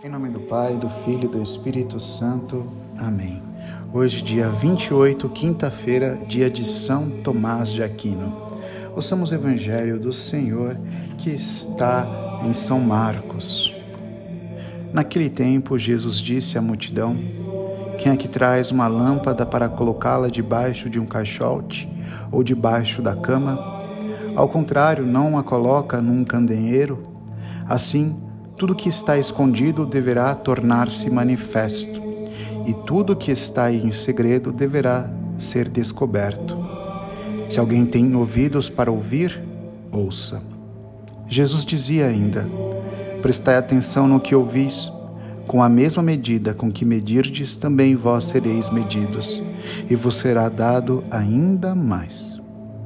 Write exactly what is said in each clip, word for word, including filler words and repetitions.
Em nome do Pai, do Filho e do Espírito Santo. Amém. Hoje, dia vinte e oito, quinta-feira, dia de São Tomás de Aquino. Ouçamos o Evangelho do Senhor que está em São Marcos. Naquele tempo, Jesus disse à multidão: quem é que traz uma lâmpada para colocá-la debaixo de um caixote ou debaixo da cama? Ao contrário, não a coloca num candeeiro? Assim, tudo que está escondido deverá tornar-se manifesto, e tudo que está em segredo deverá ser descoberto. Se alguém tem ouvidos para ouvir, ouça. Jesus dizia ainda: prestai atenção no que ouvis. Com a mesma medida com que medirdes, também vós sereis medidos, e vos será dado ainda mais.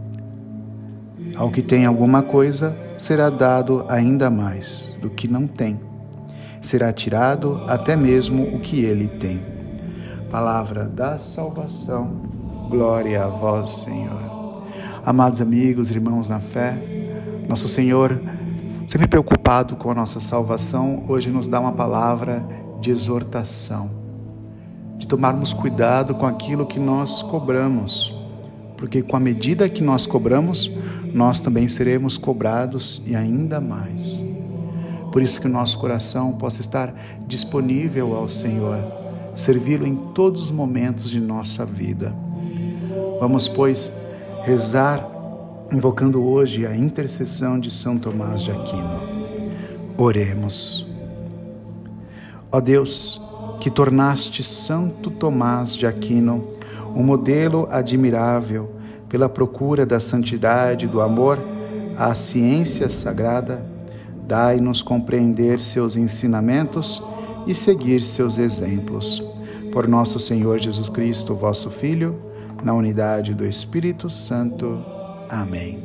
Ao que tem alguma coisa, será dado ainda mais do que não tem. Será tirado até mesmo o que ele tem. Palavra da salvação. Glória a vós, Senhor. Amados amigos, irmãos na fé, nosso Senhor, sempre preocupado com a nossa salvação, hoje nos dá uma palavra de exortação, de tomarmos cuidado com aquilo que nós cobramos, porque com a medida que nós cobramos, nós também seremos cobrados e ainda mais. Por isso que o nosso coração possa estar disponível ao Senhor, servi-lo em todos os momentos de nossa vida. Vamos, pois, rezar, invocando hoje a intercessão de São Tomás de Aquino. Oremos. Ó Deus, que tornaste Santo Tomás de Aquino um modelo admirável pela procura da santidade e do amor à ciência sagrada, dai-nos compreender seus ensinamentos e seguir seus exemplos. Por nosso Senhor Jesus Cristo, vosso Filho, na unidade do Espírito Santo. Amém.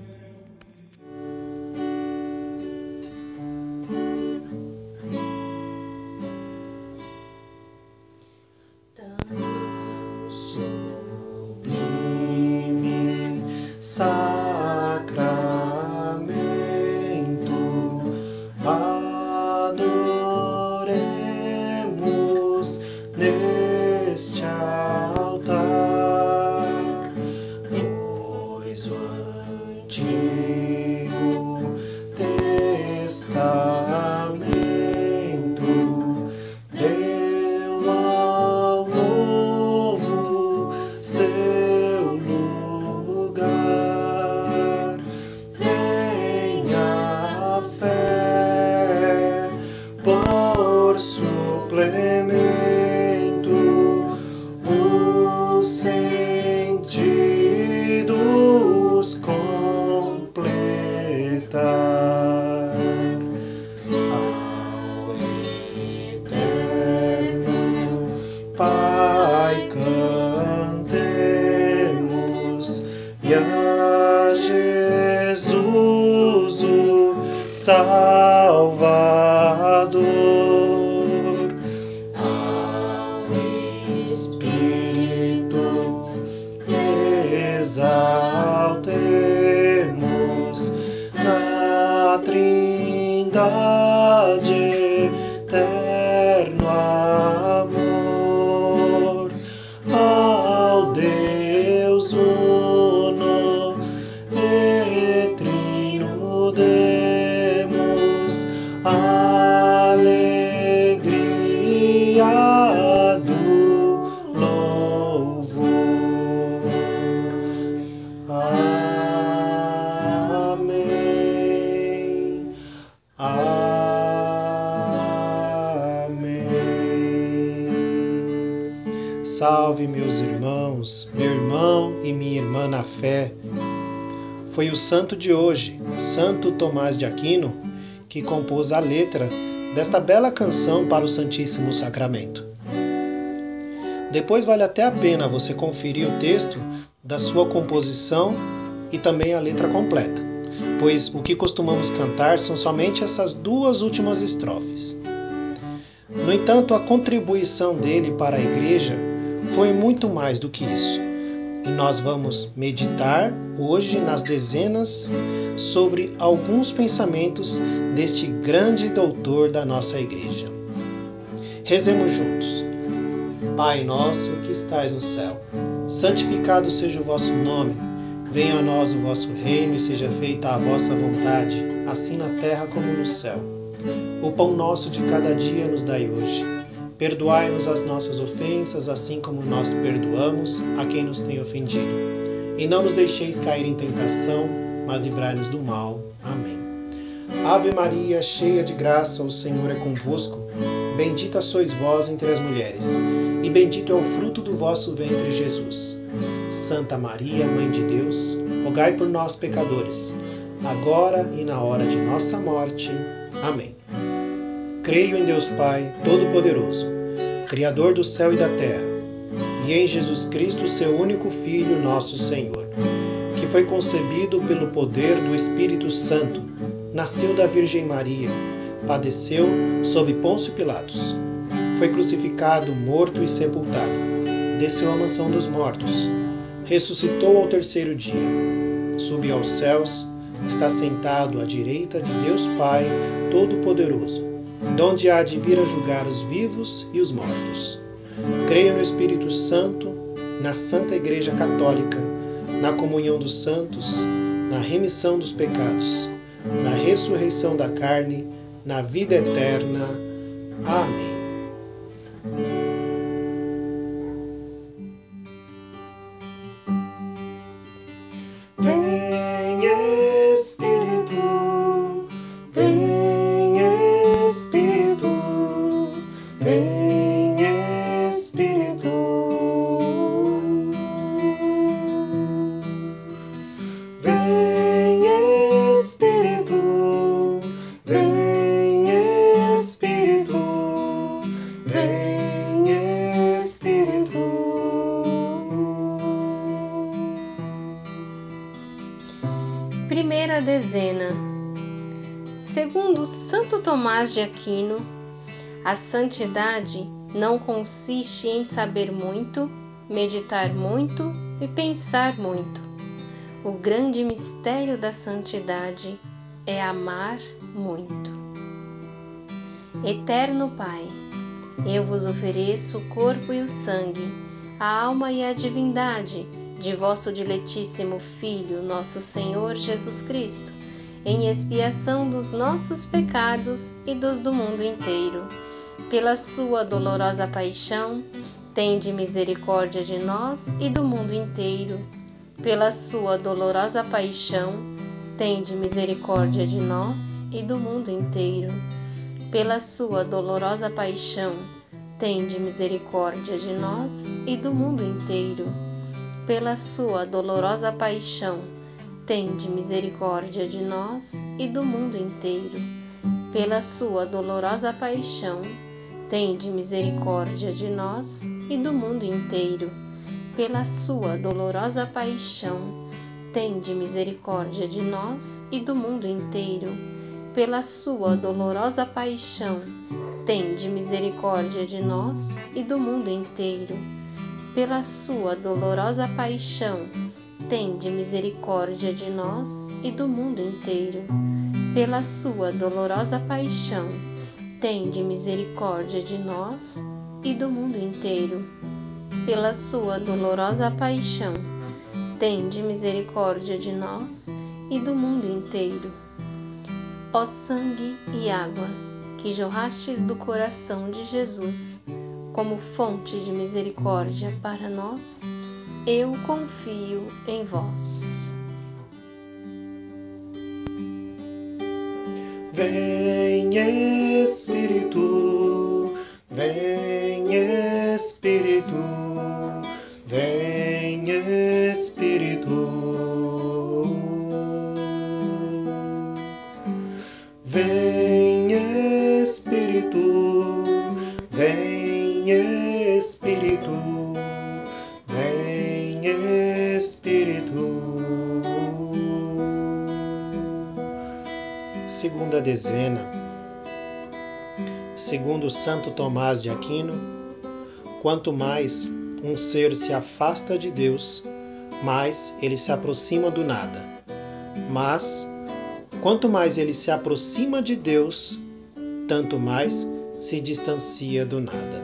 Sublime sacramento, adoremos neste altar, pois o Antigo Testamento deu ao Novo seu lugar. Venha a fé por suplemento, os sentidos completar. Ao eterno Pai cantemos, e a Jesus o Salvador, ao Espírito exaltemos na Trindade eterno amor, ao Deus uno e trino demos alegria do louvor. Amém. Amém. Salve, meus irmãos, meu irmão e minha irmã na fé. Foi o santo de hoje, Santo Tomás de Aquino, que compôs a letra desta bela canção para o Santíssimo Sacramento. Depois vale até a pena você conferir o texto da sua composição e também a letra completa, pois o que costumamos cantar são somente essas duas últimas estrofes. No entanto, a contribuição dele para a Igreja foi muito mais do que isso. E nós vamos meditar hoje nas dezenas sobre alguns pensamentos deste grande doutor da nossa Igreja. Rezemos juntos. Pai nosso que estais no céu, santificado seja o vosso nome. Venha a nós o vosso reino e seja feita a vossa vontade, assim na terra como no céu. O pão nosso de cada dia nos dai hoje. Perdoai-nos as nossas ofensas, assim como nós perdoamos a quem nos tem ofendido. E não nos deixeis cair em tentação, mas livrai-nos do mal. Amém. Ave Maria, cheia de graça, o Senhor é convosco. Bendita sois vós entre as mulheres, e bendito é o fruto do vosso ventre, Jesus. Santa Maria, Mãe de Deus, rogai por nós, pecadores, agora e na hora de nossa morte. Amém. Creio em Deus Pai Todo-Poderoso, Criador do céu e da terra, e em Jesus Cristo, seu único Filho, nosso Senhor, que foi concebido pelo poder do Espírito Santo, nasceu da Virgem Maria, padeceu sob Pôncio Pilatos, foi crucificado, morto e sepultado, desceu à mansão dos mortos, ressuscitou ao terceiro dia, subiu aos céus, está sentado à direita de Deus Pai Todo-Poderoso, donde há de vir a julgar os vivos e os mortos. Creio no Espírito Santo, na Santa Igreja Católica, na comunhão dos santos, na remissão dos pecados, na ressurreição da carne, na vida eterna. Amém. Vem Espírito, vem Espírito, vem Espírito. Vem Espírito, vem Espírito, vem Espírito. Primeira dezena. Segundo Santo Tomás de Aquino, a santidade não consiste em saber muito, meditar muito e pensar muito. O grande mistério da santidade é amar muito. Eterno Pai, eu vos ofereço o corpo e o sangue, a alma e a divindade de vosso diletíssimo Filho, nosso Senhor Jesus Cristo, em expiação dos nossos pecados e dos do mundo inteiro. Pela sua dolorosa paixão, tende misericórdia de nós e do mundo inteiro. Pela sua dolorosa paixão, tende misericórdia de nós e do mundo inteiro. Pela sua dolorosa paixão, tende misericórdia de nós e do mundo inteiro. Pela sua dolorosa paixão, tende misericórdia de nós e do mundo inteiro. Pela sua dolorosa paixão, tende misericórdia de nós e do mundo inteiro. Pela sua dolorosa paixão, tende misericórdia de nós e do mundo inteiro. Pela sua dolorosa paixão, tende misericórdia de nós e do mundo inteiro. Pela sua dolorosa paixão, tende misericórdia de nós e do mundo inteiro. Pela sua dolorosa paixão, tende misericórdia de nós e do mundo inteiro. Pela sua dolorosa paixão, tende misericórdia de nós e do mundo inteiro. Ó sangue e água, que jorrastes do coração de Jesus, como fonte de misericórdia para nós, eu confio em vós. Vem Espírito, vem Espírito, vem Espírito. Vem Espírito, vem Espírito, vem Espírito. Segunda dezena. Segundo Santo Tomás de Aquino, quanto mais um ser se afasta de Deus, mais ele se aproxima do nada. Mas, quanto mais ele se aproxima de Deus, tanto mais se distancia do nada.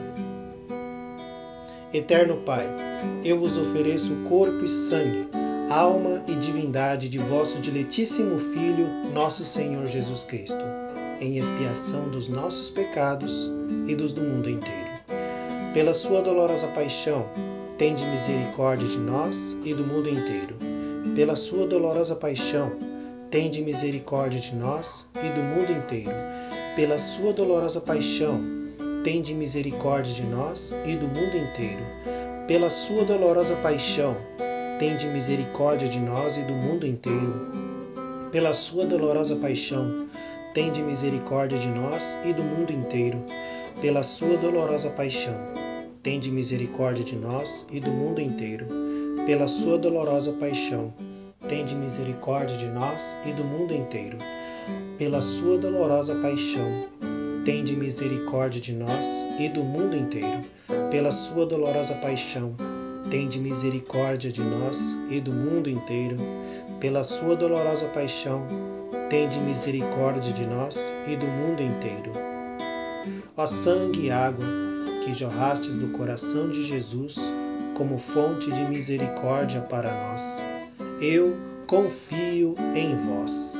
Eterno Pai, eu vos ofereço o corpo e sangue, alma e divindade de vosso diletíssimo Filho, nosso Senhor Jesus Cristo, em expiação dos nossos pecados e dos do mundo inteiro. Pela sua dolorosa paixão, tende misericórdia de nós e do mundo inteiro. Pela sua dolorosa paixão, tende misericórdia de nós e do mundo inteiro. Pela sua dolorosa paixão, tende misericórdia de nós e do mundo inteiro. Pela sua dolorosa paixão, tende misericórdia de nós e do mundo inteiro. Pela sua dolorosa paixão, tende misericórdia de nós e do mundo inteiro. Pela sua dolorosa paixão, tende misericórdia de nós e do mundo inteiro. Pela sua dolorosa paixão, tende misericórdia de nós e do mundo inteiro. Pela sua dolorosa paixão, tende misericórdia de nós e do mundo inteiro. Pela sua dolorosa paixão, tende misericórdia de nós e do mundo inteiro. Pela sua dolorosa paixão, tende misericórdia de nós e do mundo inteiro. Ó sangue e água que jorrastes do coração de Jesus como fonte de misericórdia para nós, eu confio em vós.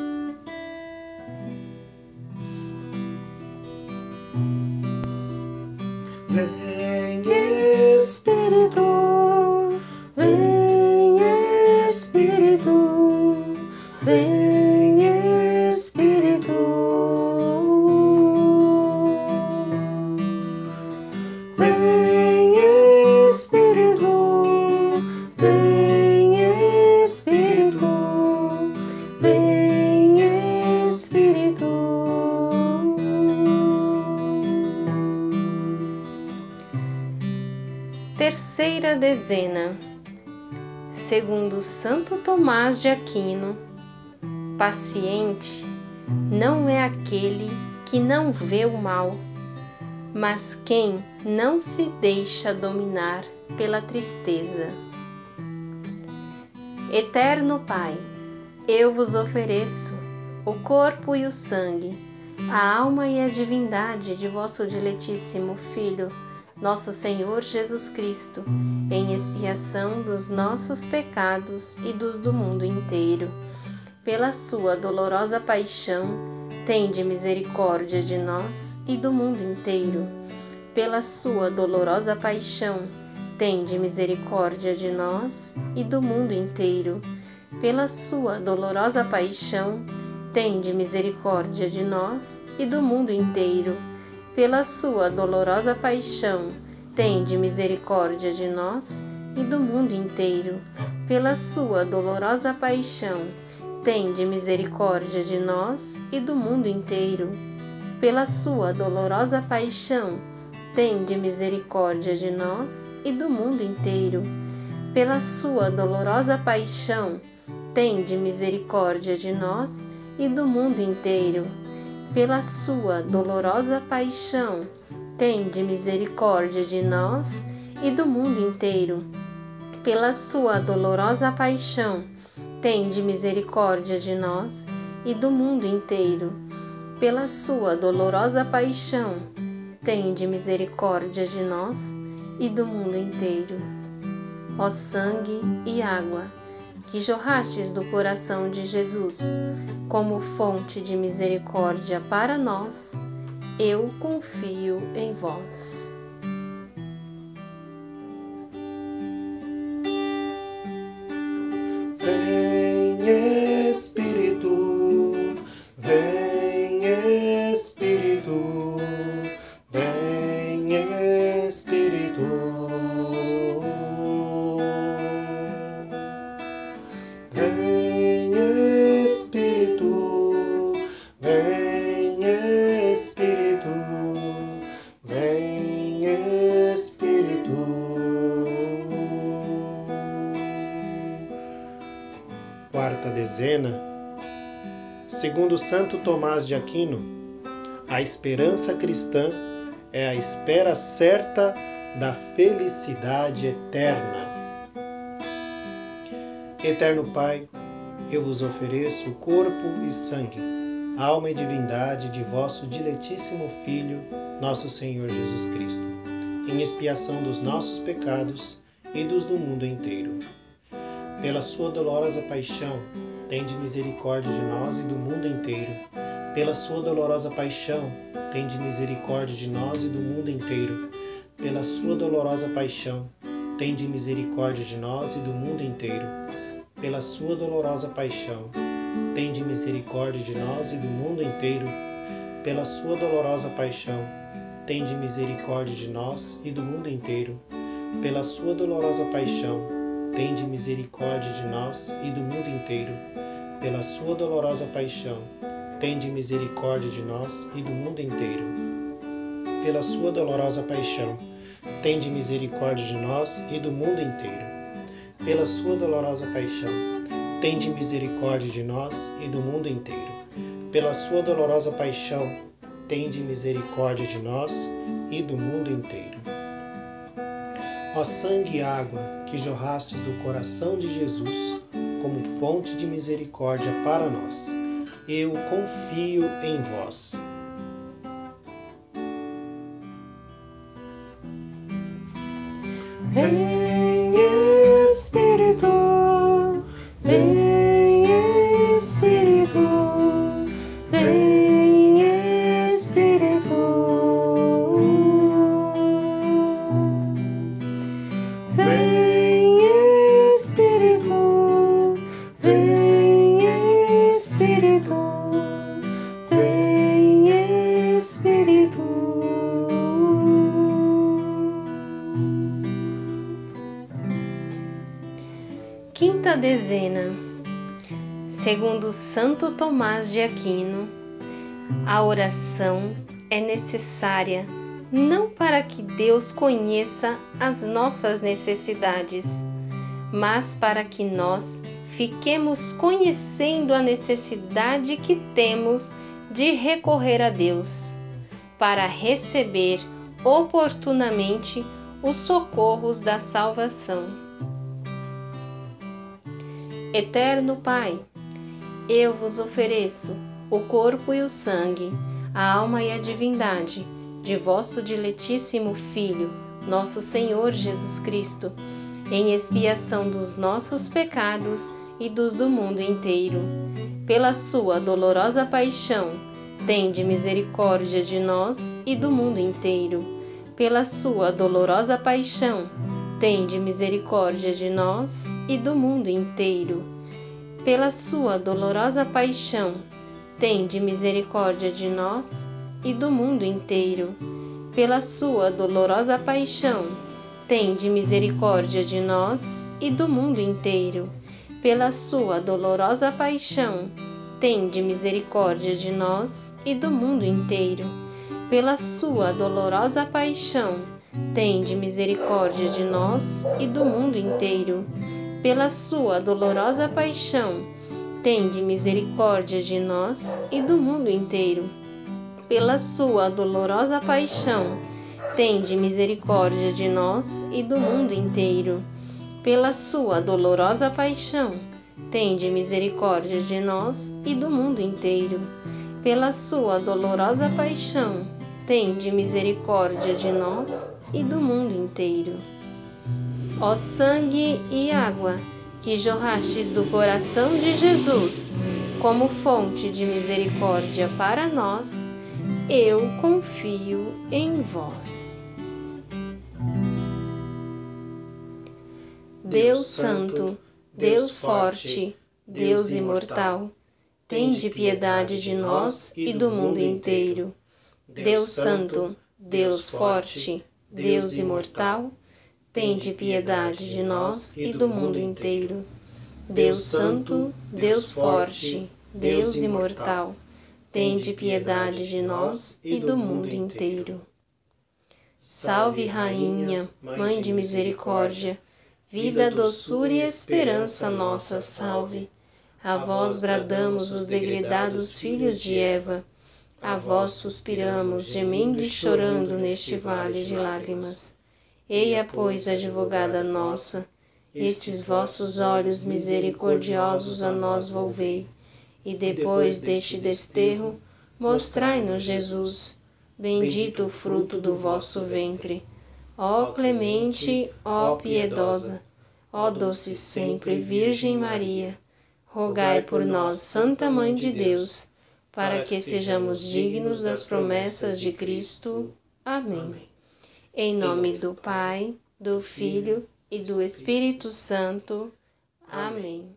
Vem Espírito, vem Espírito, vem Espírito, vem Espírito, vem Espírito, vem Espírito. Terceira dezena. Segundo Santo Tomás de Aquino, paciente não é aquele que não vê o mal, mas quem não se deixa dominar pela tristeza. Eterno Pai, eu vos ofereço o corpo e o sangue, a alma e a divindade de vosso diletíssimo Filho, nosso Senhor Jesus Cristo, em expiação dos nossos pecados e dos do mundo inteiro. Pela sua dolorosa paixão, tende misericórdia de nós e do mundo inteiro. Pela sua dolorosa paixão, tende misericórdia de nós e do mundo inteiro. Pela sua dolorosa paixão, tende misericórdia de nós e do mundo inteiro. Pela sua dolorosa paixão, tende misericórdia de nós e do mundo inteiro. Pela sua dolorosa paixão, tende misericórdia de nós e do mundo inteiro. Pela sua dolorosa paixão, tende misericórdia de nós e do mundo inteiro. Pela sua dolorosa paixão, tende misericórdia de nós e do mundo inteiro. Pela sua dolorosa paixão, tende misericórdia de nós e do mundo inteiro. Pela sua dolorosa paixão, tende misericórdia de nós e do mundo inteiro. Pela sua dolorosa paixão, tende misericórdia de nós e do mundo inteiro. Ó sangue e água, que jorrastes do coração de Jesus, como fonte de misericórdia para nós, eu confio em vós. Vem Espírito, vem Espírito, vem Espírito. Vem Espírito, vem Espírito, vem Espírito. Quarta dezena. Segundo Santo Tomás de Aquino, a esperança cristã é a espera certa da felicidade eterna. Eterno Pai, eu vos ofereço o corpo e sangue, alma e divindade de vosso diletíssimo Filho, nosso Senhor Jesus Cristo, em expiação dos nossos pecados e dos do mundo inteiro. Pela sua dolorosa paixão, tende misericórdia de nós e do mundo inteiro. Pela sua dolorosa paixão, tende misericórdia de nós e do mundo inteiro. Pela sua dolorosa paixão, tende misericórdia de nós e do mundo inteiro. Pela sua dolorosa paixão, tende misericórdia de nós e do mundo inteiro. Pela sua dolorosa paixão, tende misericórdia de nós e do mundo inteiro. Pela sua dolorosa paixão, tende misericórdia de nós e do mundo inteiro. Pela sua dolorosa paixão, tende misericórdia de nós e do mundo inteiro. Pela sua dolorosa paixão, tende misericórdia de nós e do mundo inteiro. Pela sua dolorosa paixão, tende misericórdia de nós e do mundo inteiro. Pela sua dolorosa paixão, tende misericórdia de nós e do mundo inteiro. Ó sangue e água que jorrastes do coração de Jesus como fonte de misericórdia para nós, eu confio em vós. Vem Espírito, vem Espírito, vem Espírito, vem Espírito, vem Espírito, vem Espírito. Quinta dezena. Segundo Santo Tomás de Aquino, a oração é necessária não para que Deus conheça as nossas necessidades, mas para que nós fiquemos conhecendo a necessidade que temos de recorrer a Deus, para receber oportunamente os socorros da salvação. Eterno Pai, eu vos ofereço o corpo e o sangue, a alma e a divindade de vosso diletíssimo Filho, nosso Senhor Jesus Cristo, em expiação dos nossos pecados e dos do mundo inteiro. Pela sua dolorosa paixão, tende misericórdia de nós e do mundo inteiro. Pela sua dolorosa paixão, tende misericórdia de nós e do mundo inteiro. Pela sua dolorosa paixão, tende misericórdia de nós e do mundo inteiro. Pela sua dolorosa paixão, tende misericórdia de nós e do mundo inteiro. Pela sua dolorosa paixão, tende misericórdia de nós e do mundo inteiro. Pela sua dolorosa paixão, tende misericórdia de nós e do mundo inteiro. Pela sua dolorosa paixão, tende misericórdia de nós e do mundo inteiro. Pela sua dolorosa paixão, tende misericórdia de nós e do mundo inteiro. Pela sua dolorosa paixão, tende misericórdia de nós e do mundo inteiro. Pela sua dolorosa paixão, tende misericórdia de nós e do mundo inteiro. Ó sangue e água que jorrastes do coração de Jesus como fonte de misericórdia para nós, eu confio em vós. Deus Santo, Deus Forte, Deus Imortal, tende piedade de nós e do mundo inteiro. Deus Santo, Deus Forte, Deus Imortal, tende piedade de nós e do mundo inteiro. Deus Santo, Deus Forte, Deus Imortal, tende piedade de nós e do mundo inteiro. Salve, Rainha, Mãe de Misericórdia, vida, doçura e esperança nossa, salve. A vós bradamos os degredados filhos de Eva, a vós suspiramos, gemendo e chorando neste vale de lágrimas. Eia, pois, advogada nossa, esses vossos olhos misericordiosos a nós volvei, e depois deste desterro, mostrai-nos Jesus, bendito o fruto do vosso ventre. Ó clemente, ó piedosa, ó doce sempre Virgem Maria, rogai por nós, Santa Mãe de Deus, para que sejamos dignos das promessas de Cristo. Amém. Em nome do Pai, do Filho e do Espírito Santo. Amém.